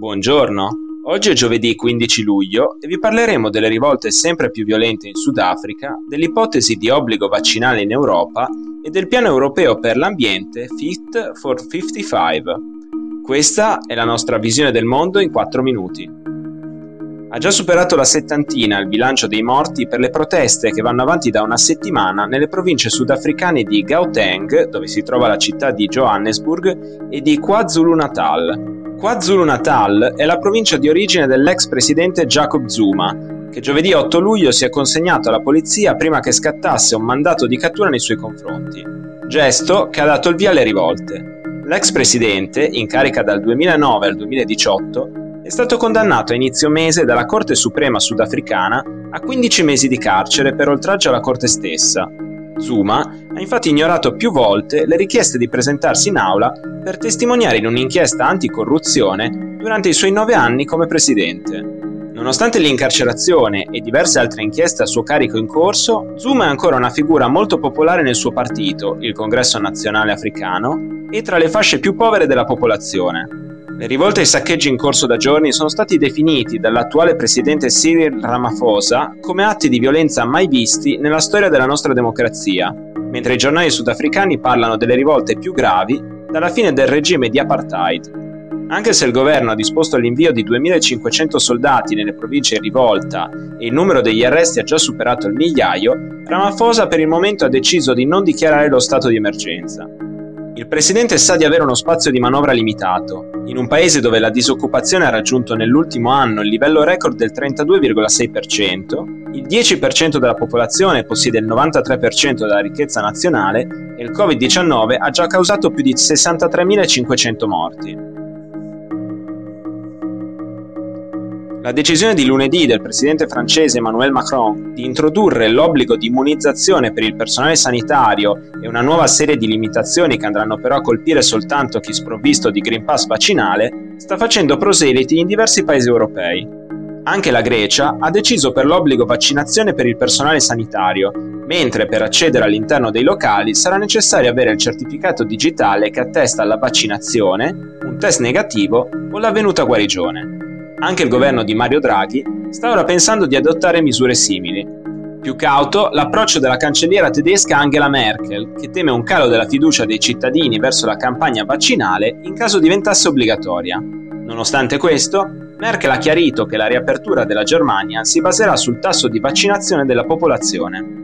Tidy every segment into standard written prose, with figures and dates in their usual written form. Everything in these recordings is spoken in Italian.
Buongiorno, oggi è giovedì 15 luglio e vi parleremo delle rivolte sempre più violente in Sudafrica, dell'ipotesi di obbligo vaccinale in Europa e del piano europeo per l'ambiente Fit for 55. Questa è la nostra visione del mondo in 4 minuti. Ha già superato la settantina il bilancio dei morti per le proteste che vanno avanti da una settimana nelle province sudafricane di Gauteng, dove si trova la città di Johannesburg, e di KwaZulu-Natal. KwaZulu-Natal è la provincia di origine dell'ex presidente Jacob Zuma, che giovedì 8 luglio si è consegnato alla polizia prima che scattasse un mandato di cattura nei suoi confronti, gesto che ha dato il via alle rivolte. L'ex presidente, in carica dal 2009 al 2018, è stato condannato a inizio mese dalla Corte Suprema sudafricana a 15 mesi di carcere per oltraggio alla Corte stessa. Zuma ha infatti ignorato più volte le richieste di presentarsi in aula per testimoniare in un'inchiesta anticorruzione durante i suoi 9 anni come presidente. Nonostante l'incarcerazione e diverse altre inchieste a suo carico in corso, Zuma è ancora una figura molto popolare nel suo partito, il Congresso Nazionale Africano, e tra le fasce più povere della popolazione. Le rivolte e i saccheggi in corso da giorni sono stati definiti dall'attuale presidente Cyril Ramaphosa come atti di violenza mai visti nella storia della nostra democrazia, mentre i giornali sudafricani parlano delle rivolte più gravi dalla fine del regime di apartheid. Anche se il governo ha disposto l'invio di 2.500 soldati nelle province in rivolta e il numero degli arresti ha già superato il migliaio, Ramaphosa per il momento ha deciso di non dichiarare lo stato di emergenza. Il presidente sa di avere uno spazio di manovra limitato. In un paese dove la disoccupazione ha raggiunto nell'ultimo anno il livello record del 32,6%, il 10% della popolazione possiede il 93% della ricchezza nazionale e il Covid-19 ha già causato più di 63.500 morti. La decisione di lunedì del presidente francese Emmanuel Macron di introdurre l'obbligo di immunizzazione per il personale sanitario e una nuova serie di limitazioni che andranno però a colpire soltanto chi sprovvisto di Green Pass vaccinale sta facendo proseliti in diversi paesi europei. Anche la Grecia ha deciso per l'obbligo vaccinazione per il personale sanitario, mentre per accedere all'interno dei locali sarà necessario avere il certificato digitale che attesta la vaccinazione, un test negativo o l'avvenuta guarigione. Anche il governo di Mario Draghi sta ora pensando di adottare misure simili. Più cauto l'approccio della cancelliera tedesca Angela Merkel, che teme un calo della fiducia dei cittadini verso la campagna vaccinale in caso diventasse obbligatoria. Nonostante questo, Merkel ha chiarito che la riapertura della Germania si baserà sul tasso di vaccinazione della popolazione.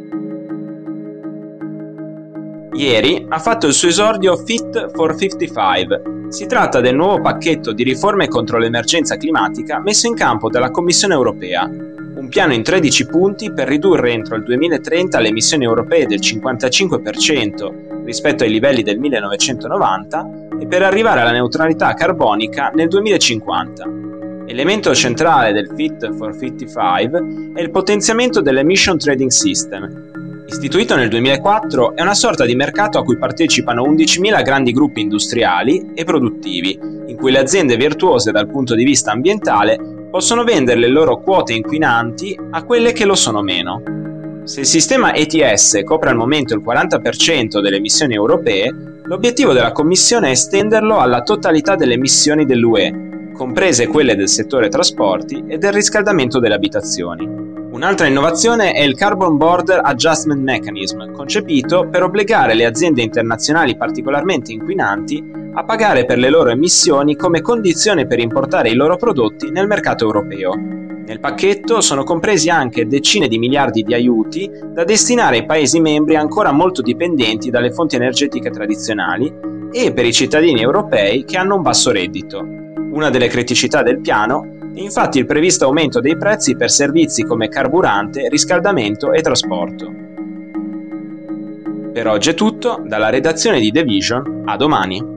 Ieri ha fatto il suo esordio Fit for 55. Si tratta del nuovo pacchetto di riforme contro l'emergenza climatica messo in campo dalla Commissione europea, un piano in 13 punti per ridurre entro il 2030 le emissioni europee del 55% rispetto ai livelli del 1990 e per arrivare alla neutralità carbonica nel 2050. Elemento centrale del Fit for 55 è il potenziamento dell'Emission Trading System. Istituito nel 2004, è una sorta di mercato a cui partecipano 11.000 grandi gruppi industriali e produttivi, in cui le aziende virtuose dal punto di vista ambientale possono vendere le loro quote inquinanti a quelle che lo sono meno. Se il sistema ETS copre al momento il 40% delle emissioni europee, l'obiettivo della Commissione è estenderlo alla totalità delle emissioni dell'UE, comprese quelle del settore trasporti e del riscaldamento delle abitazioni. Un'altra innovazione è il Carbon Border Adjustment Mechanism, concepito per obbligare le aziende internazionali particolarmente inquinanti a pagare per le loro emissioni come condizione per importare i loro prodotti nel mercato europeo. Nel pacchetto sono compresi anche decine di miliardi di aiuti da destinare ai Paesi membri ancora molto dipendenti dalle fonti energetiche tradizionali e per i cittadini europei che hanno un basso reddito. Una delle criticità del piano è infatti il previsto aumento dei prezzi per servizi come carburante, riscaldamento e trasporto. Per oggi è tutto, dalla redazione di The Vision, a domani.